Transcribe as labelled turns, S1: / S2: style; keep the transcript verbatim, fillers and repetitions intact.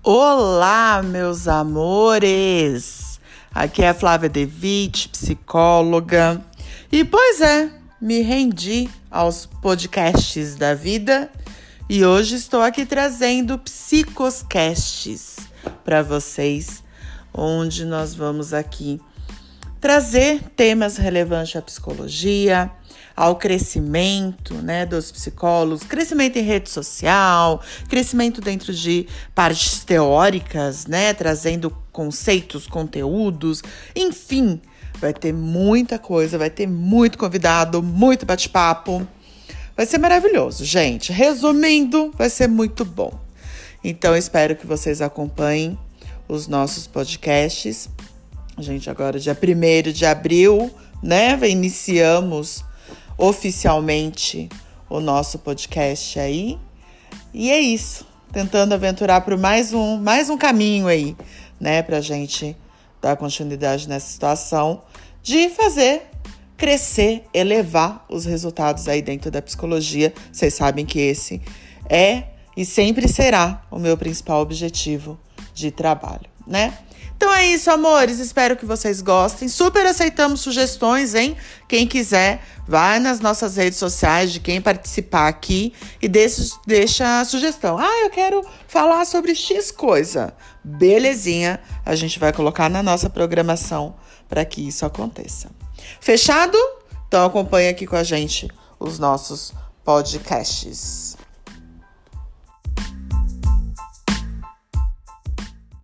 S1: Olá, meus amores! Aqui é a Flávia De Witt, psicóloga. E, pois é, me rendi aos podcasts da vida e hoje estou aqui trazendo Psicoscasts para vocês, onde nós vamos aqui trazer temas relevantes à psicologia, ao crescimento, né, dos psicólogos, crescimento em rede social, crescimento dentro de partes teóricas, né, trazendo conceitos, conteúdos, enfim, vai ter muita coisa, vai ter muito convidado, muito bate-papo, vai ser maravilhoso, gente. Resumindo, vai ser muito bom. Então, espero que vocês acompanhem os nossos podcasts. A gente agora, dia primeiro de abril, né, iniciamos oficialmente o nosso podcast aí. E é isso, tentando aventurar para mais um, mais um caminho aí, né, pra gente dar continuidade nessa situação de fazer crescer, elevar os resultados aí dentro da psicologia. Vocês sabem que esse é e sempre será o meu principal objetivo de trabalho, né? Então é isso, amores. Espero que vocês gostem. Super aceitamos sugestões, hein? Quem quiser, vai nas nossas redes sociais de quem participar aqui e deixa, deixa a sugestão. Ah, eu quero falar sobre X coisa. Belezinha. A gente vai colocar na nossa programação para que isso aconteça. Fechado? Então acompanha aqui com a gente os nossos podcasts.